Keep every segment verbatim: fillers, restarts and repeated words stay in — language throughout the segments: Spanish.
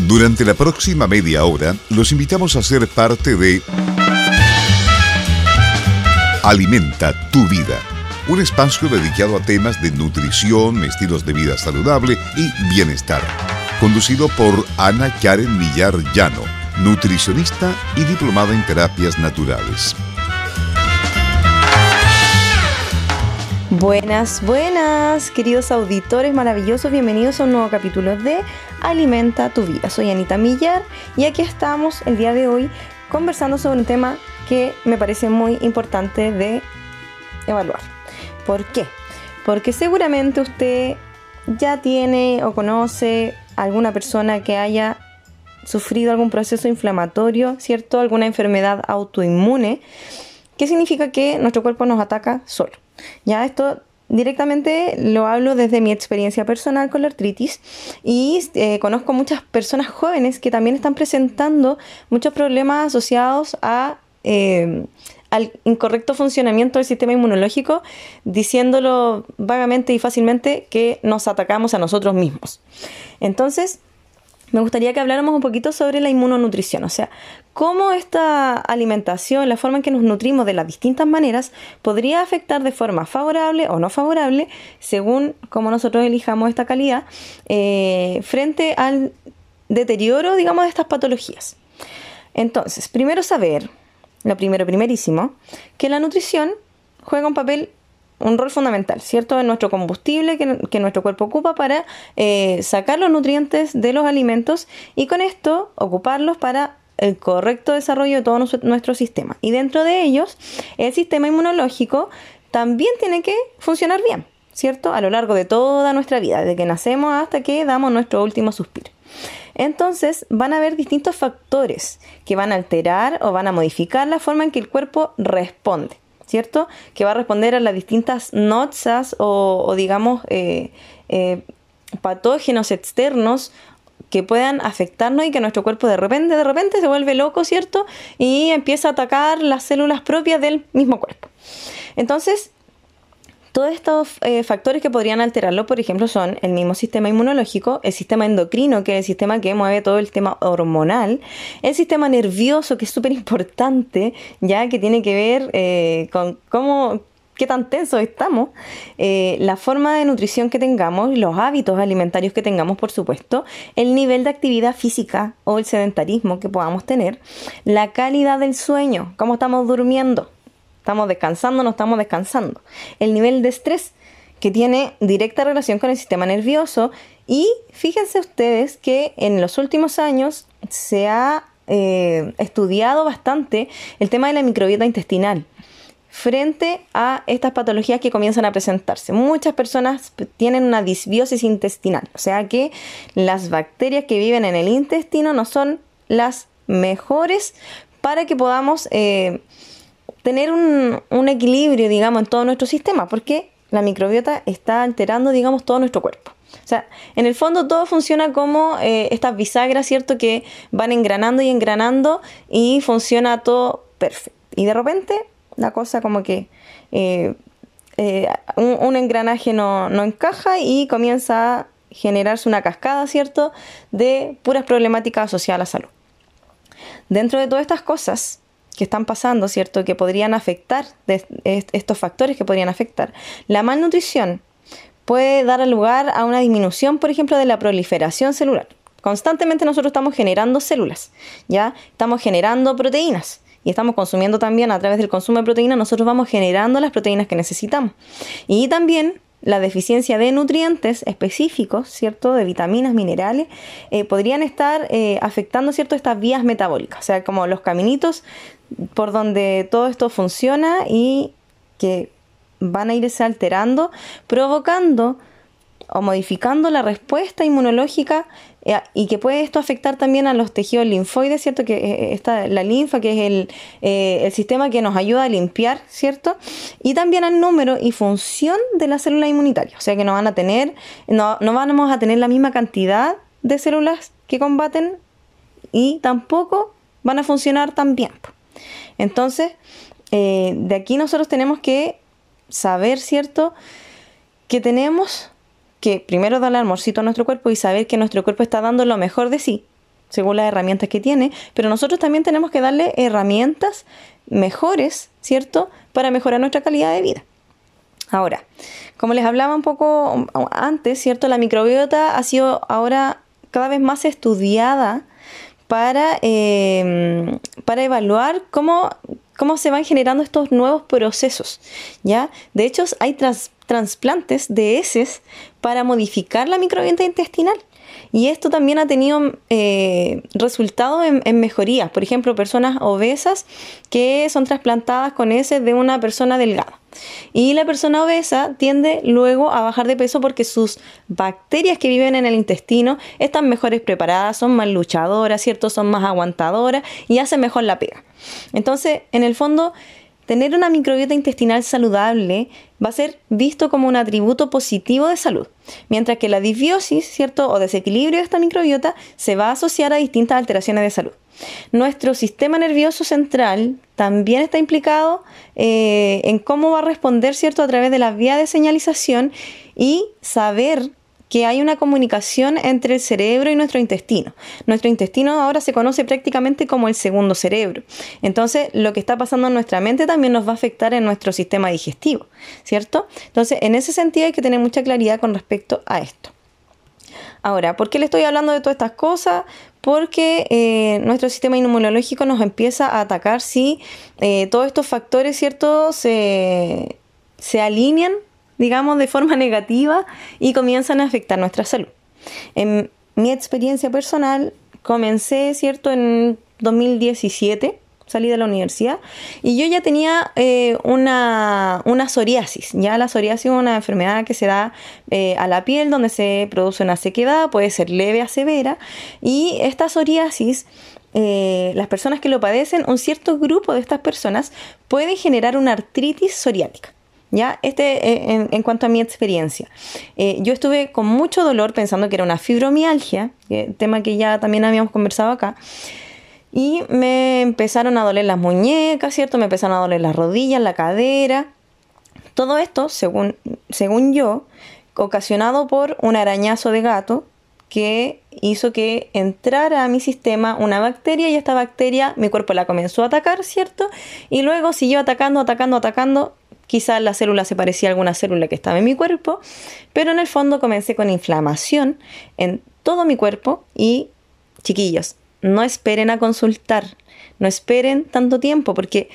Durante la próxima media hora, los invitamos a ser parte de Alimenta tu Vida, un espacio dedicado a temas de nutrición, estilos de vida saludable y bienestar. Conducido por Ana Karen Millar Llano, nutricionista y diplomada en terapias naturales. Buenas, buenas, queridos auditores maravillosos, bienvenidos a un nuevo capítulo de Alimenta tu Vida. Soy Anita Millar y aquí estamos el día de hoy conversando sobre un tema que me parece muy importante de evaluar. ¿Por qué? Porque seguramente usted ya tiene o conoce a alguna persona que haya sufrido algún proceso inflamatorio, ¿cierto? Alguna enfermedad autoinmune, que significa que nuestro cuerpo nos ataca solo. Ya esto directamente lo hablo desde mi experiencia personal con la artritis y eh, conozco muchas personas jóvenes que también están presentando muchos problemas asociados a, eh, al incorrecto funcionamiento del sistema inmunológico, diciéndolo vagamente y fácilmente que nos atacamos a nosotros mismos. Entonces, me gustaría que habláramos un poquito sobre la inmunonutrición, o sea, cómo esta alimentación, la forma en que nos nutrimos de las distintas maneras, podría afectar de forma favorable o no favorable, según cómo nosotros elijamos esta calidad, eh, frente al deterioro, digamos, de estas patologías. Entonces, primero saber, lo primero, primerísimo, que la nutrición juega un papel un rol fundamental, ¿cierto? En nuestro combustible que, que nuestro cuerpo ocupa para eh, sacar los nutrientes de los alimentos y con esto ocuparlos para el correcto desarrollo de todo nuestro, nuestro sistema. Y dentro de ellos, el sistema inmunológico también tiene que funcionar bien, ¿cierto? A lo largo de toda nuestra vida, desde que nacemos hasta que damos nuestro último suspiro. Entonces, van a haber distintos factores que van a alterar o van a modificar la forma en que el cuerpo responde, ¿cierto? Que va a responder a las distintas noxas o, o digamos, eh, eh, patógenos externos que puedan afectarnos y que nuestro cuerpo de repente, de repente se vuelve loco, ¿cierto? Y empieza a atacar las células propias del mismo cuerpo. Entonces, todos estos eh, factores que podrían alterarlo, por ejemplo, son el mismo sistema inmunológico, el sistema endocrino, que es el sistema que mueve todo el tema hormonal, el sistema nervioso, que es súper importante, ya que tiene que ver eh, con cómo, qué tan tensos estamos, eh, la forma de nutrición que tengamos, los hábitos alimentarios que tengamos, por supuesto, el nivel de actividad física o el sedentarismo que podamos tener, la calidad del sueño, cómo estamos durmiendo. ¿Estamos descansando? ¿No estamos descansando? El nivel de estrés, que tiene directa relación con el sistema nervioso. Y fíjense ustedes que en los últimos años se ha eh, estudiado bastante el tema de la microbiota intestinal frente a estas patologías que comienzan a presentarse. Muchas personas tienen una disbiosis intestinal, o sea que las bacterias que viven en el intestino no son las mejores para que podamos Eh, tener un, un equilibrio, digamos, en todo nuestro sistema, porque la microbiota está alterando, digamos, todo nuestro cuerpo. O sea, en el fondo todo funciona como eh, estas bisagras, ¿cierto?, que van engranando y engranando y funciona todo perfecto. Y de repente la cosa como que eh, eh, un, un engranaje no, no encaja y comienza a generarse una cascada, ¿cierto?, de puras problemáticas asociadas a la salud. Dentro de todas estas cosas que están pasando, ¿cierto?, que podrían afectar, de estos factores que podrían afectar, la malnutrición puede dar lugar a una disminución, por ejemplo, de la proliferación celular. Constantemente nosotros estamos generando células, ¿ya? Estamos generando proteínas y estamos consumiendo también, a través del consumo de proteínas, nosotros vamos generando las proteínas que necesitamos. Y también la deficiencia de nutrientes específicos, ¿cierto?, de vitaminas, minerales, eh, podrían estar eh, afectando, ¿cierto?, estas vías metabólicas, o sea, como los caminitos por donde todo esto funciona y que van a irse alterando, provocando o modificando la respuesta inmunológica eh, y que puede esto afectar también a los tejidos linfoides, ¿cierto? Que eh, está la linfa, que es el, eh, el sistema que nos ayuda a limpiar, ¿cierto? Y también al número y función de las células inmunitarias, o sea que no van a tener, no, no vamos a tener la misma cantidad de células que combaten y tampoco van a funcionar tan bien. Entonces, eh, de aquí nosotros tenemos que saber, ¿cierto?, que tenemos que primero darle amorcito a nuestro cuerpo y saber que nuestro cuerpo está dando lo mejor de sí, según las herramientas que tiene, pero nosotros también tenemos que darle herramientas mejores, ¿cierto?, para mejorar nuestra calidad de vida. Ahora, como les hablaba un poco antes, ¿cierto?, la microbiota ha sido ahora cada vez más estudiada para, eh, para evaluar cómo, cómo se van generando estos nuevos procesos, ¿ya? De hecho, hay tras, trasplantes de heces para modificar la microbiota intestinal. Y esto también ha tenido eh, resultados en, en mejorías. Por ejemplo, personas obesas que son trasplantadas con heces de una persona delgada. Y la persona obesa tiende luego a bajar de peso porque sus bacterias que viven en el intestino están mejores preparadas, son más luchadoras, ¿cierto? Son más aguantadoras y hacen mejor la pega. Entonces, en el fondo, tener una microbiota intestinal saludable va a ser visto como un atributo positivo de salud, mientras que la disbiosis, ¿cierto?, o desequilibrio de esta microbiota se va a asociar a distintas alteraciones de salud. Nuestro sistema nervioso central también está implicado eh, en cómo va a responder, ¿cierto?, a través de las vías de señalización y saber que hay una comunicación entre el cerebro y nuestro intestino. Nuestro intestino ahora se conoce prácticamente como el segundo cerebro. Entonces, lo que está pasando en nuestra mente también nos va a afectar en nuestro sistema digestivo, ¿cierto? Entonces, en ese sentido hay que tener mucha claridad con respecto a esto. Ahora, ¿por qué le estoy hablando de todas estas cosas? Porque eh, nuestro sistema inmunológico nos empieza a atacar si eh, todos estos factores, ¿cierto?, se, se alinean, digamos, de forma negativa y comienzan a afectar nuestra salud. En mi experiencia personal, comencé, ¿cierto?, en dos mil diecisiete, salí de la universidad y yo ya tenía eh, una, una psoriasis. Ya la psoriasis es una enfermedad que se da eh, a la piel, donde se produce una sequedad, puede ser leve a severa, y esta psoriasis, eh, las personas que lo padecen, un cierto grupo de estas personas pueden generar una artritis psoriática. ¿Ya? Este eh, en, en cuanto a mi experiencia. Eh, yo estuve con mucho dolor pensando que era una fibromialgia, eh, tema que ya también habíamos conversado acá, y me empezaron a doler las muñecas, ¿cierto? Me empezaron a doler las rodillas, la cadera. Todo esto, según, según yo, ocasionado por un arañazo de gato que hizo que entrara a mi sistema una bacteria, y esta bacteria mi cuerpo la comenzó a atacar, ¿cierto? Y luego siguió atacando, atacando, atacando. Quizás la célula se parecía a alguna célula que estaba en mi cuerpo, pero en el fondo comencé con inflamación en todo mi cuerpo. Y, chiquillos, no esperen a consultar, no esperen tanto tiempo, porque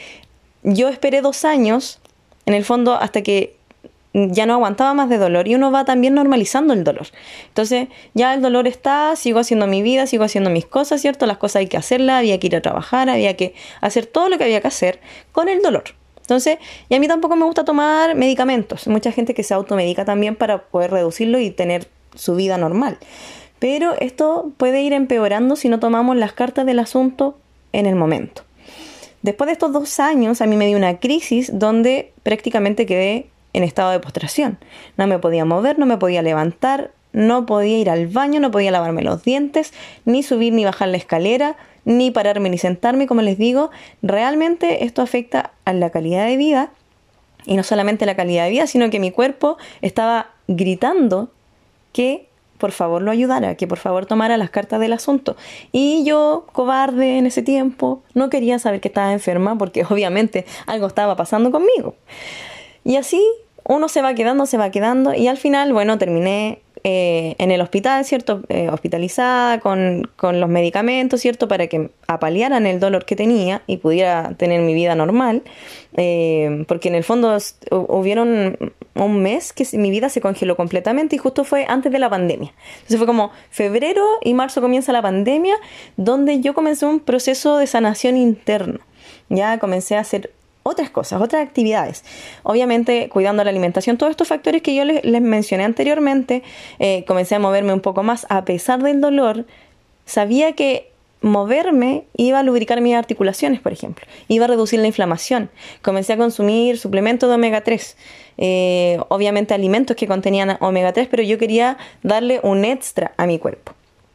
yo esperé dos años, en el fondo, hasta que ya no aguantaba más de dolor, y uno va también normalizando el dolor. Entonces, ya el dolor está, sigo haciendo mi vida, sigo haciendo mis cosas, ¿cierto? Las cosas hay que hacerlas, había que ir a trabajar, había que hacer todo lo que había que hacer con el dolor. Entonces, y a mí tampoco me gusta tomar medicamentos. Hay mucha gente que se automedica también para poder reducirlo y tener su vida normal. Pero esto puede ir empeorando si no tomamos las cartas del asunto en el momento. Después de estos dos años, a mí me dio una crisis donde prácticamente quedé en estado de postración. No me podía mover, no me podía levantar, no podía ir al baño, no podía lavarme los dientes, ni subir ni bajar la escalera, ni pararme ni sentarme. Como les digo, realmente esto afecta a la calidad de vida, y no solamente la calidad de vida, sino que mi cuerpo estaba gritando que por favor lo ayudara, que por favor tomara las cartas del asunto. Y yo, cobarde en ese tiempo, no quería saber que estaba enferma, porque obviamente algo estaba pasando conmigo. Y así uno se va quedando, se va quedando, y al final, bueno, terminé eh, en el hospital, ¿cierto? Eh, hospitalizada con, con los medicamentos, ¿cierto? Para que apalearan el dolor que tenía y pudiera tener mi vida normal. Eh, porque en el fondo hubieron un mes que mi vida se congeló completamente, y justo fue antes de la pandemia. Entonces fue como febrero y marzo comienza la pandemia, donde yo comencé un proceso de sanación interno. Ya comencé a hacer otras cosas, otras actividades. Obviamente cuidando la alimentación, todos estos factores que yo les, les mencioné anteriormente. Eh, comencé a moverme un poco más a pesar del dolor. Sabía que moverme iba a lubricar mis articulaciones, por ejemplo. Iba a reducir la inflamación. Comencé a consumir suplementos de omega tres. Eh, obviamente alimentos que contenían omega tres, pero yo quería darle un extra a mi cuerpo.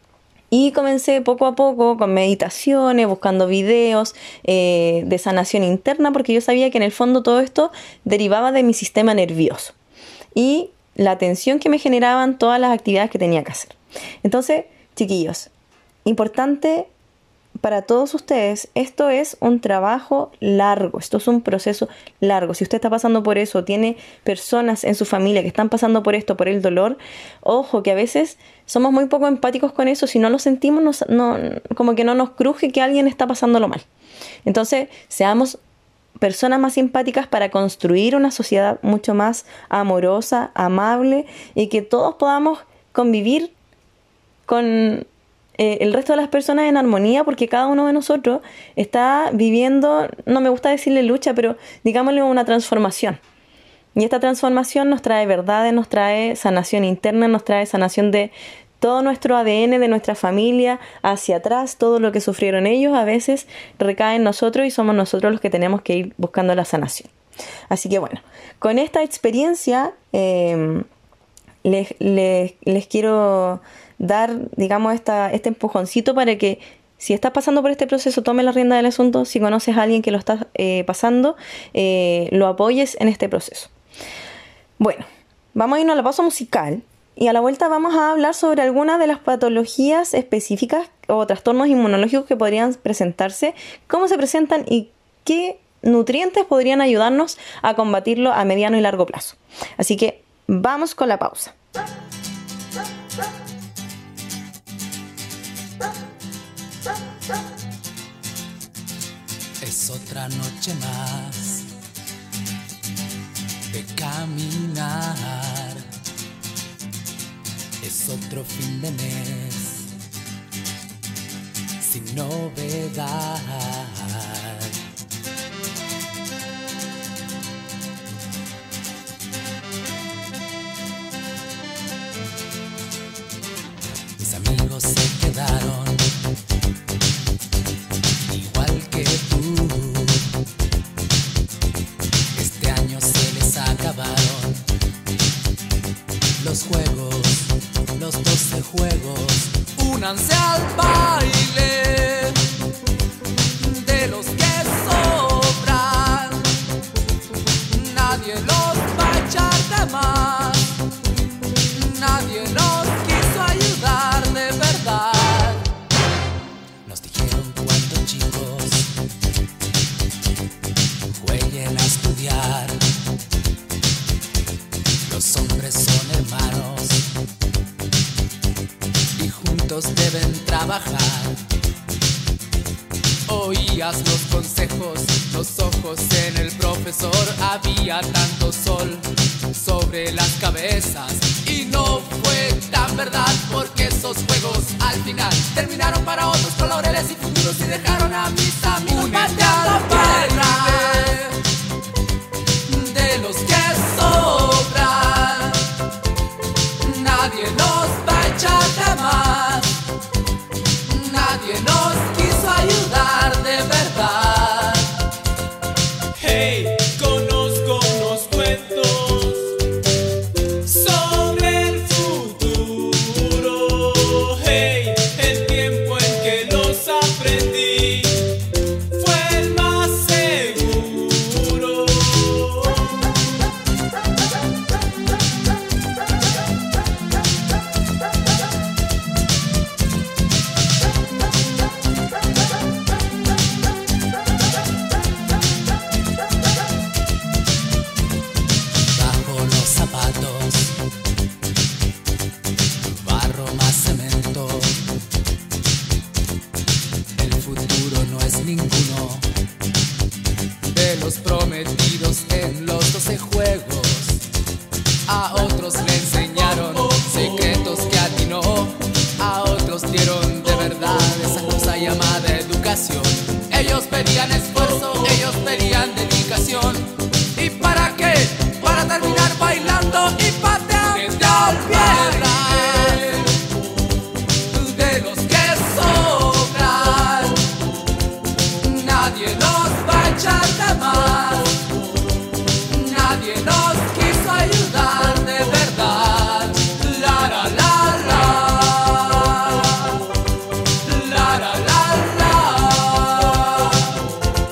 Y comencé poco a poco con meditaciones, buscando videos eh, de sanación interna, porque yo sabía que en el fondo todo esto derivaba de mi sistema nervioso y la tensión que me generaban todas las actividades que tenía que hacer. Entonces, chiquillos, importante para todos ustedes, esto es un trabajo largo, esto es un proceso largo. Si usted está pasando por eso, tiene personas en su familia que están pasando por esto, por el dolor, ojo, que a veces somos muy poco empáticos con eso. Si no lo sentimos, nos, no, como que no nos cruje que alguien está pasándolo mal. Entonces, seamos personas más empáticas para construir una sociedad mucho más amorosa, amable, y que todos podamos convivir con Eh, el resto de las personas en armonía, porque cada uno de nosotros está viviendo, no me gusta decirle lucha, pero digámosle una transformación. Y esta transformación nos trae verdades, nos trae sanación interna, nos trae sanación de todo nuestro A D N, de nuestra familia, hacia atrás. Todo lo que sufrieron ellos a veces recae en nosotros y somos nosotros los que tenemos que ir buscando la sanación. Así que bueno, con esta experiencia eh, les, les, les quiero dar, digamos, esta, este empujoncito para que, si estás pasando por este proceso, tome la rienda del asunto. Si conoces a alguien que lo está eh, pasando, eh, lo apoyes en este proceso. Bueno, vamos a irnos a la pausa musical y a la vuelta vamos a hablar sobre algunas de las patologías específicas o trastornos inmunológicos que podrían presentarse, cómo se presentan y qué nutrientes podrían ayudarnos a combatirlo a mediano y largo plazo. Así que vamos con la pausa. Es otra noche más de caminar, es otro fin de mes sin novedad. Mis amigos se quedaron igual que tú. Este año se les acabaron los juegos, los doce juegos. Únanse al baile de los que sobran. Nadie los va a echar de más. Nadie nos quiso ayudar de verdad. Nos dijeron cuando chicos jueguen a estudiar. Los hombres son hermanos y juntos deben trabajar. Oías los consejos, los ojos en el profesor. Había tanto sol sobre las cabezas y no fue tan verdad, porque esos juegos al final terminaron para otros con laureles y futuros y dejaron a mis amigos pateando tierra de los que sobran. Nadie nos va a echar de más. Nadie nos quiso ayudar de verdad. Hey, conozco unos cuentos sobre el futuro. Hey, el tiempo en que los aprendí fue el más seguro. Bajo los zapatos, barro más cemento. El futuro no es ninguno de los prometidos en los doce juegos. A otros le enseñaron secretos que atinó. A otros dieron de verdad esa cosa llamada educación. Ellos pedían esfuerzo, ellos pedían dedicación. ¿Y para qué? Para terminar bailando y pateando tierra de los que sobran. Nadie nos va a echar de más. Nadie nos quiso ayudar de verdad. La la la la. La la la la.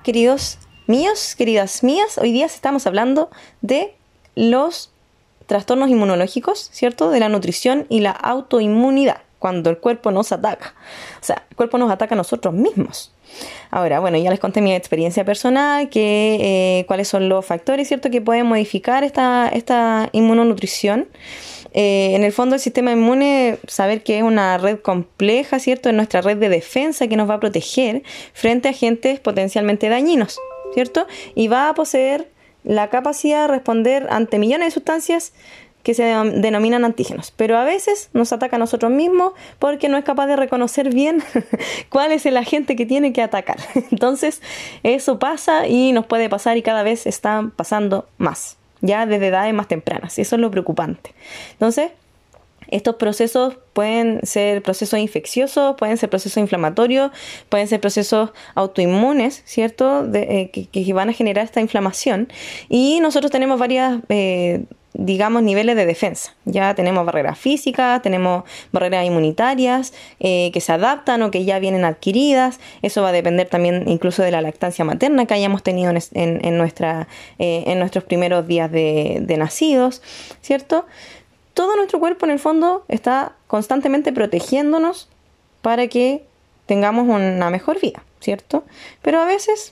queridos míos, queridas mías, hoy día estamos hablando de los trastornos inmunológicos, ¿cierto? De la nutrición y la autoinmunidad, cuando el cuerpo nos ataca. O sea, el cuerpo nos ataca a nosotros mismos. Ahora, bueno, ya les conté mi experiencia personal, que eh, cuáles son los factores, ¿cierto?, que pueden modificar esta, esta inmunonutrición. Eh, en el fondo, el sistema inmune, saber que es una red compleja, ¿cierto?, es nuestra red de defensa que nos va a proteger frente a agentes potencialmente dañinos, ¿cierto? Y va a poseer la capacidad de responder ante millones de sustancias que se denominan antígenos, pero a veces nos ataca a nosotros mismos porque no es capaz de reconocer bien cuál es el agente que tiene que atacar. Entonces, eso pasa y nos puede pasar y cada vez está pasando más, ya desde edades más tempranas. Eso es lo preocupante. Entonces, estos procesos pueden ser procesos infecciosos, pueden ser procesos inflamatorios, pueden ser procesos autoinmunes, ¿cierto?, de, eh, que, que van a generar esta inflamación. Y nosotros tenemos varias, eh, digamos, niveles de defensa. Ya tenemos barreras físicas, tenemos barreras inmunitarias eh, que se adaptan o que ya vienen adquiridas. Eso va a depender también incluso de la lactancia materna que hayamos tenido en, en, en, nuestra, eh, en nuestros primeros días de, de nacidos, ¿cierto? Todo nuestro cuerpo en el fondo está constantemente protegiéndonos para que tengamos una mejor vida, ¿cierto? Pero a veces,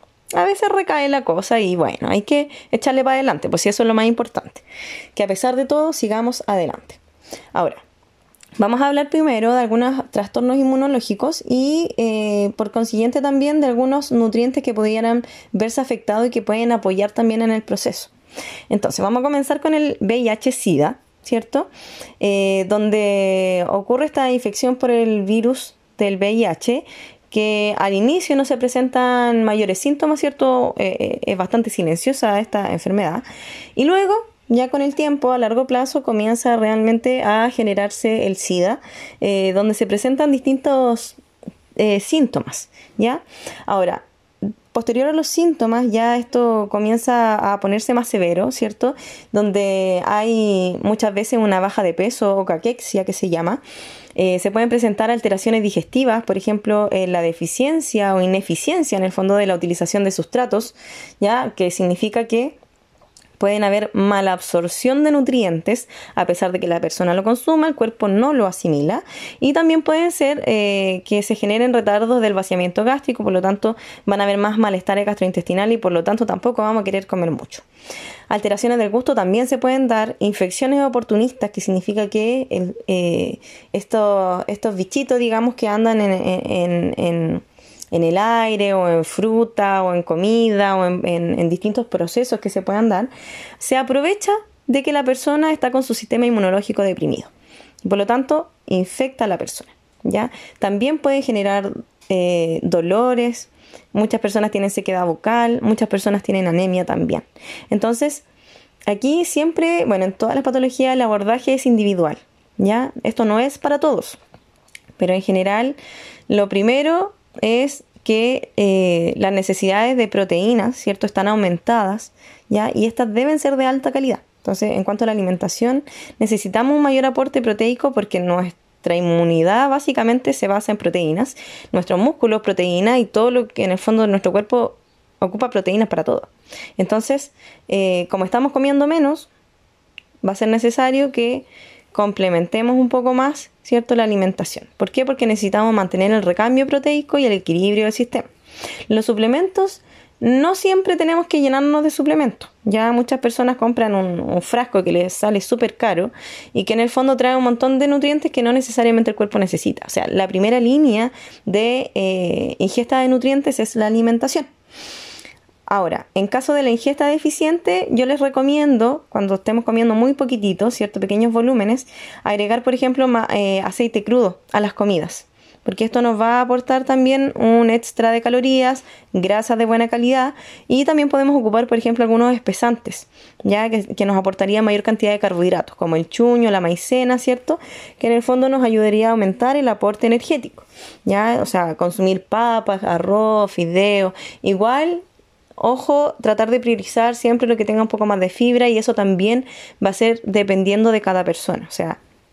a veces recae la cosa y bueno, hay que echarle para adelante, pues sí, eso es lo más importante. Que a pesar de todo, sigamos adelante. Ahora, vamos a hablar primero de algunos trastornos inmunológicos y eh, por consiguiente también de algunos nutrientes que pudieran verse afectados y que pueden apoyar también en el proceso. Entonces, vamos a comenzar con el V I H SIDA, ¿cierto? Eh, donde ocurre esta infección por el virus del V I H, que al inicio no se presentan mayores síntomas, ¿cierto? Eh, es bastante silenciosa esta enfermedad. Y luego, ya con el tiempo, a largo plazo, comienza realmente a generarse el SIDA, eh, donde se presentan distintos eh, síntomas, ¿ya? Ahora, posterior a los síntomas, ya esto comienza a ponerse más severo, ¿cierto? Donde hay muchas veces una baja de peso o caquexia que se llama. Eh, se pueden presentar alteraciones digestivas, por ejemplo, eh, la deficiencia o ineficiencia en el fondo de la utilización de sustratos, ¿ya? Que significa que pueden haber mala absorción de nutrientes, a pesar de que la persona lo consuma, el cuerpo no lo asimila. Y también pueden ser eh, que se generen retardos del vaciamiento gástrico, por lo tanto van a haber más malestares gastrointestinales y por lo tanto tampoco vamos a querer comer mucho. Alteraciones del gusto también se pueden dar, infecciones oportunistas, que significa que el, eh, estos, estos bichitos, digamos, que andan en... en, en en el aire o en fruta o en comida o en, en, en distintos procesos que se puedan dar, se aprovecha de que la persona está con su sistema inmunológico deprimido. Por lo tanto, infecta a la persona, ¿ya? También puede generar eh, dolores, muchas personas tienen sequedad bucal, muchas personas tienen anemia también. Entonces, aquí siempre, bueno, en todas las patologías el abordaje es individual, ¿ya? Esto no es para todos, pero en general lo primero es que eh, las necesidades de proteínas, ¿cierto?, están aumentadas, ¿ya? Y estas deben ser de alta calidad. Entonces, en cuanto a la alimentación, necesitamos un mayor aporte proteico porque nuestra inmunidad básicamente se basa en proteínas. Nuestros músculos, proteínas y todo lo que en el fondo de nuestro cuerpo ocupa proteínas para todo. Entonces, eh, como estamos comiendo menos, va a ser necesario que complementemos un poco más, ¿cierto?, la alimentación. ¿Por qué? Porque necesitamos mantener el recambio proteico y el equilibrio del sistema. Los suplementos, no siempre tenemos que llenarnos de suplementos. Ya muchas personas compran un, un frasco que les sale súper caro y que en el fondo trae un montón de nutrientes que no necesariamente el cuerpo necesita. O sea, la primera línea de eh, ingesta de nutrientes es la alimentación. Ahora, en caso de la ingesta deficiente, yo les recomiendo, cuando estemos comiendo muy poquitito, ciertos pequeños volúmenes, agregar, por ejemplo, ma, eh, aceite crudo a las comidas, porque esto nos va a aportar también un extra de calorías, grasas de buena calidad, y también podemos ocupar, por ejemplo, algunos espesantes, ya que, que nos aportaría mayor cantidad de carbohidratos, como el chuño, la maicena, ¿cierto?, que en el fondo nos ayudaría a aumentar el aporte energético, ya, o sea, consumir papas, arroz, fideos, igual. Ojo, tratar de priorizar siempre lo que tenga un poco más de fibra y eso también va a ser dependiendo de cada persona. O sea,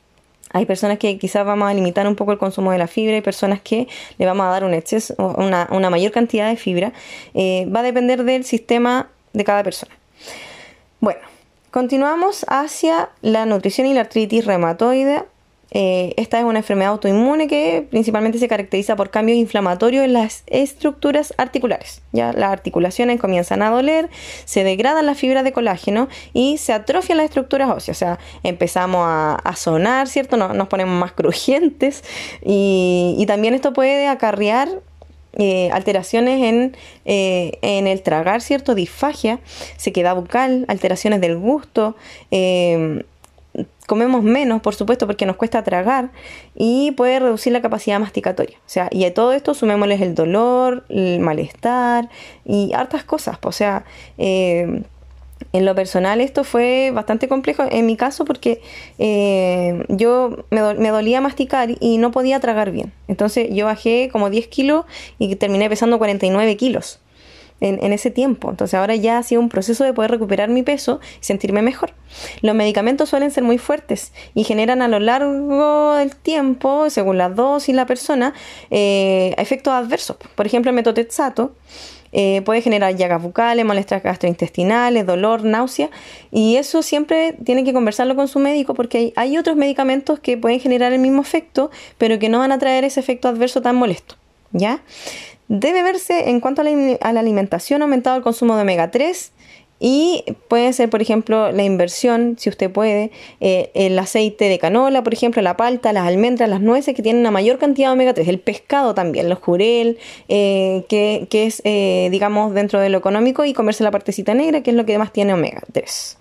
Hay personas que quizás vamos a limitar un poco el consumo de la fibra, hay personas que le vamos a dar un exceso, una, una mayor cantidad de fibra. Eh, va a depender del sistema de cada persona. Bueno, continuamos hacia la nutrición y la artritis reumatoide. Eh, esta es una enfermedad autoinmune que principalmente se caracteriza por cambios inflamatorios en las estructuras articulares. Ya las articulaciones comienzan a doler, se degradan las fibras de colágeno y se atrofian las estructuras óseas. O sea, empezamos a, a sonar, ¿cierto? Nos, nos ponemos más crujientes y, y también esto puede acarrear Eh, alteraciones en, eh, en el tragar, ¿cierto? Disfagia, sequedad bucal, alteraciones del gusto, eh, comemos menos, por supuesto, porque nos cuesta tragar y puede reducir la capacidad masticatoria. O sea, y a todo esto sumémosles el dolor, el malestar y hartas cosas. O sea, eh, en lo personal esto fue bastante complejo en mi caso porque eh, yo me, do- me dolía masticar y no podía tragar bien. Entonces yo bajé como diez kilos y terminé pesando cuarenta y nueve kilos en, en ese tiempo. Entonces ahora ya ha sido un proceso de poder recuperar mi peso y sentirme mejor. Los medicamentos suelen ser muy fuertes y generan a lo largo del tiempo, según la dosis y la persona, eh, efectos adversos. Por ejemplo, el metotrexato Eh, puede generar llagas bucales, molestias gastrointestinales, dolor, náusea, y eso siempre tiene que conversarlo con su médico porque hay, hay otros medicamentos que pueden generar el mismo efecto, pero que no van a traer ese efecto adverso tan molesto, ¿ya? Debe verse en cuanto a la, a la alimentación, aumentado el consumo de omega tres. Y puede ser, por ejemplo, la inversión, si usted puede, eh, el aceite de canola, por ejemplo, la palta, las almendras, las nueces, que tienen una mayor cantidad de omega tres. El pescado también, los jurel, eh, que, que es, eh, digamos, dentro de lo económico, y comerse la partecita negra, que es lo que más tiene omega tres.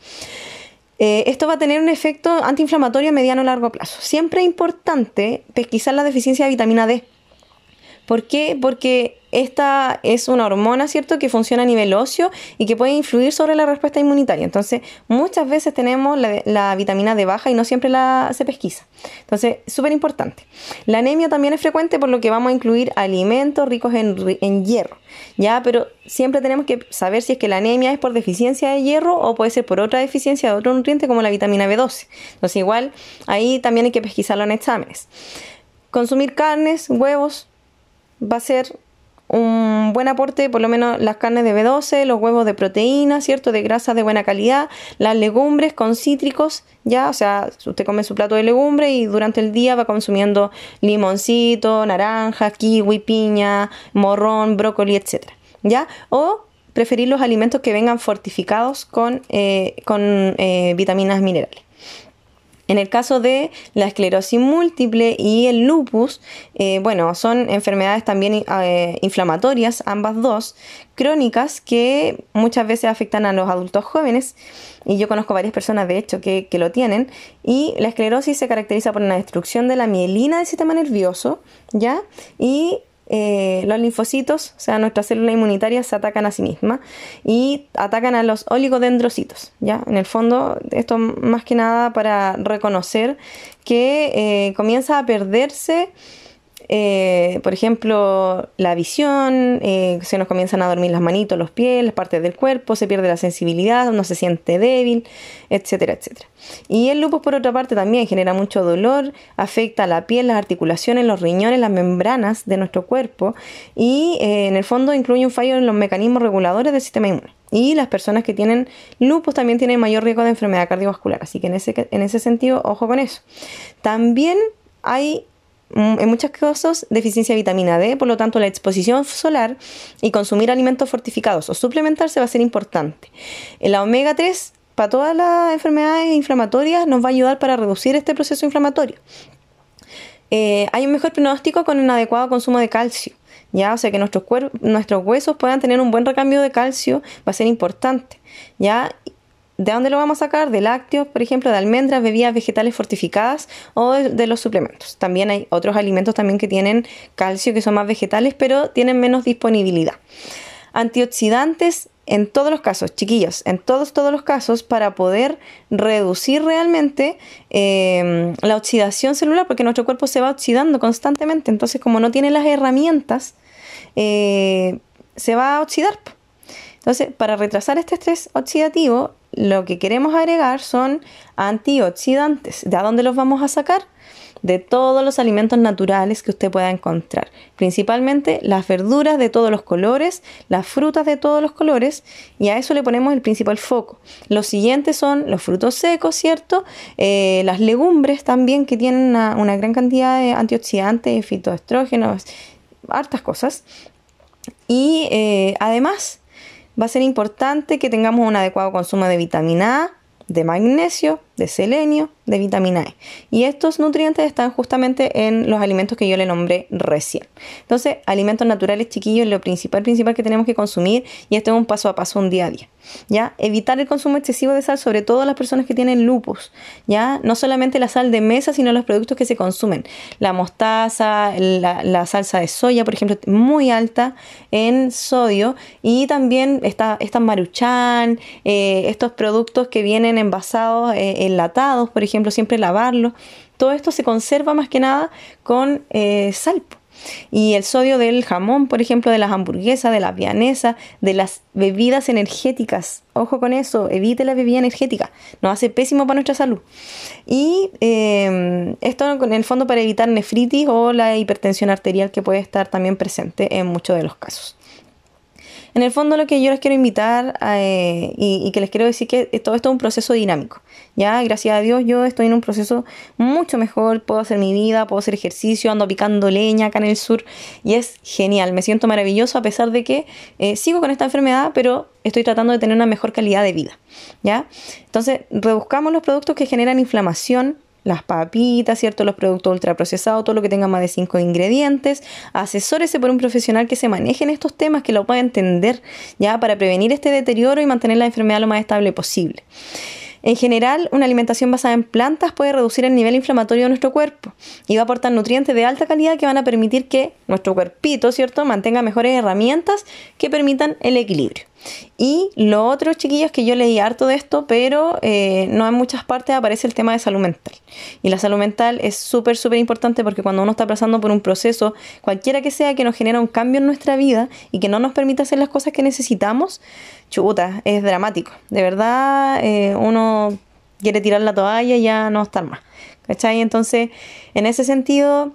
Eh, esto va a tener un efecto antiinflamatorio a mediano o largo plazo. Siempre es importante pesquisar la deficiencia de vitamina D. ¿Por qué? Porque esta es una hormona, ¿cierto?, que funciona a nivel óseo y que puede influir sobre la respuesta inmunitaria. Entonces, muchas veces tenemos la, la vitamina D baja y no siempre la se pesquisa. Entonces, súper importante. La anemia también es frecuente, por lo que vamos a incluir alimentos ricos en, en hierro, ¿ya? Pero siempre tenemos que saber si es que la anemia es por deficiencia de hierro o puede ser por otra deficiencia de otro nutriente como la vitamina B doce. Entonces, igual, ahí también hay que pesquisarlo en exámenes. Consumir carnes, huevos, va a ser un buen aporte, por lo menos las carnes de B doce, los huevos de proteína, ¿cierto?, de grasas de buena calidad, las legumbres con cítricos, ya, o sea, usted come su plato de legumbre y durante el día va consumiendo limoncito, naranja, kiwi, piña, morrón, brócoli, etcétera, ¿ya? O preferir los alimentos que vengan fortificados con, eh, con eh, vitaminas minerales. En el caso de la esclerosis múltiple y el lupus, eh, bueno, son enfermedades también eh, inflamatorias, ambas dos, crónicas, que muchas veces afectan a los adultos jóvenes, y yo conozco varias personas, de hecho, que, que lo tienen. Y la esclerosis se caracteriza por una destrucción de la mielina del sistema nervioso, ¿ya? Y Eh, los linfocitos, o sea, nuestras células inmunitarias, se atacan a sí mismas y atacan a los oligodendrocitos, ¿ya? En el fondo, esto más que nada para reconocer que eh, comienza a perderse, eh, por ejemplo, la visión, eh, se nos comienzan a dormir las manitos, los pies, las partes del cuerpo, se pierde la sensibilidad, uno se siente débil, etcétera, etcétera. Y el lupus, por otra parte, también genera mucho dolor, afecta a la piel, las articulaciones, los riñones, las membranas de nuestro cuerpo, y eh, en el fondo incluye un fallo en los mecanismos reguladores del sistema inmune. Y las personas que tienen lupus también tienen mayor riesgo de enfermedad cardiovascular, así que en ese, en ese sentido, ojo con eso. También hay, en muchos casos, deficiencia de vitamina D, por lo tanto la exposición solar y consumir alimentos fortificados o suplementarse va a ser importante. La omega tres, para todas las enfermedades inflamatorias, nos va a ayudar para reducir este proceso inflamatorio. Eh, hay un mejor pronóstico con un adecuado consumo de calcio, ¿ya? O sea, que nuestros, cuer- nuestros huesos puedan tener un buen recambio de calcio va a ser importante, ¿ya? ¿De dónde lo vamos a sacar? De lácteos, por ejemplo, de almendras, bebidas vegetales fortificadas o de, de los suplementos. También hay otros alimentos también que tienen calcio, que son más vegetales, pero tienen menos disponibilidad. Antioxidantes en todos los casos, chiquillos, en todos, todos los casos, para poder reducir realmente eh, la oxidación celular, porque nuestro cuerpo se va oxidando constantemente. Entonces, como no tiene las herramientas, eh, se va a oxidar. Entonces, para retrasar este estrés oxidativo, lo que queremos agregar son antioxidantes. ¿De dónde los vamos a sacar? de todos los alimentos naturales que usted pueda encontrar, principalmente las verduras de todos los colores, las frutas de todos los colores, y a eso le ponemos el principal foco. Los siguientes son los frutos secos, ¿cierto? Eh, las legumbres también, que tienen una, una gran cantidad de antioxidantes, fitoestrógenos, hartas cosas. Y eh, además va a ser importante que tengamos un adecuado consumo de vitamina A, de magnesio, de selenio, de vitamina E. Y estos nutrientes están justamente en los alimentos que yo le nombré recién. Entonces, alimentos naturales, chiquillos, lo principal, principal que tenemos que consumir, y esto es un paso a paso, un día a día. ¿Ya? Evitar el consumo excesivo de sal, sobre todo las personas que tienen lupus. ¿Ya? No solamente la sal de mesa, sino los productos que se consumen. La mostaza, la, la salsa de soya, por ejemplo, muy alta en sodio. Y también esta, esta Maruchan, eh, estos productos que vienen envasados, eh, enlatados, por ejemplo, siempre lavarlos. Todo esto se conserva más que nada con eh, sal. Y el sodio del jamón, por ejemplo, de las hamburguesas, de las vianesas, de las bebidas energéticas. Ojo con eso, evite la bebida energética. Nos hace pésimo para nuestra salud. Y eh, esto en el fondo para evitar nefritis o la hipertensión arterial, que puede estar también presente en muchos de los casos. En el fondo, lo que yo les quiero invitar eh, y, y que les quiero decir que todo esto es un proceso dinámico. Ya, gracias a Dios, yo estoy en un proceso mucho mejor. Puedo hacer mi vida, puedo hacer ejercicio, ando picando leña acá en el sur y es genial. Me siento maravilloso a pesar de que eh, sigo con esta enfermedad, pero estoy tratando de tener una mejor calidad de vida. ¿Ya? Entonces, reduzcamos los productos que generan inflamación. Las papitas, ¿cierto? Los productos ultraprocesados, todo lo que tenga más de cinco ingredientes. Asesórese por un profesional que se maneje en estos temas, que lo pueda entender, ya, para prevenir este deterioro y mantener la enfermedad lo más estable posible. En general, una alimentación basada en plantas puede reducir el nivel inflamatorio de nuestro cuerpo y va a aportar nutrientes de alta calidad que van a permitir que nuestro cuerpito, ¿cierto?, mantenga mejores herramientas que permitan el equilibrio. Y lo otro, chiquillos, que yo leí harto de esto, pero eh, no en muchas partes aparece el tema de salud mental. Y la salud mental es súper, súper importante, porque cuando uno está pasando por un proceso, cualquiera que sea, que nos genera un cambio en nuestra vida y que no nos permite hacer las cosas que necesitamos, chuta, es dramático. De verdad, eh, uno quiere tirar la toalla y ya no estar más. ¿Cachai? Entonces, en ese sentido,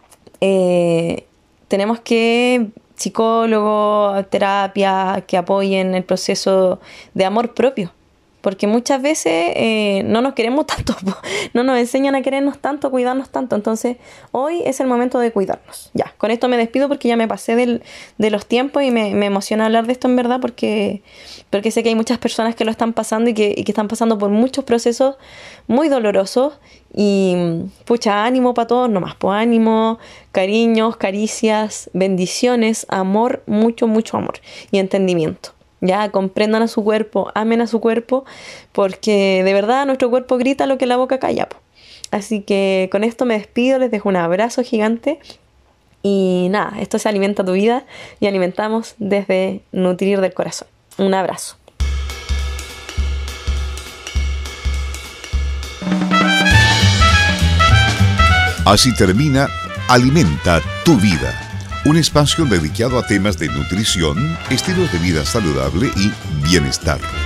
eh, tenemos que psicólogos, terapia, que apoyen el proceso de amor propio, porque muchas veces eh, no nos queremos tanto, no nos enseñan a querernos tanto, a cuidarnos tanto. Entonces hoy es el momento de cuidarnos. Ya, con esto me despido porque ya me pasé del, de los tiempos y me, me emociona hablar de esto en verdad, porque, porque sé que hay muchas personas que lo están pasando y que, y que están pasando por muchos procesos muy dolorosos. Y pucha, ánimo para todos nomás, pues ánimo, cariños, caricias, bendiciones, amor, mucho, mucho amor y entendimiento. Ya, comprendan a su cuerpo, amen a su cuerpo, porque de verdad nuestro cuerpo grita lo que la boca calla, po. Así que con esto me despido, les dejo un abrazo gigante y nada, esto se Alimenta tu Vida y alimentamos desde Nutrir del Corazón. Un abrazo. Así termina Alimenta tu Vida, un espacio dedicado a temas de nutrición, estilos de vida saludable y bienestar.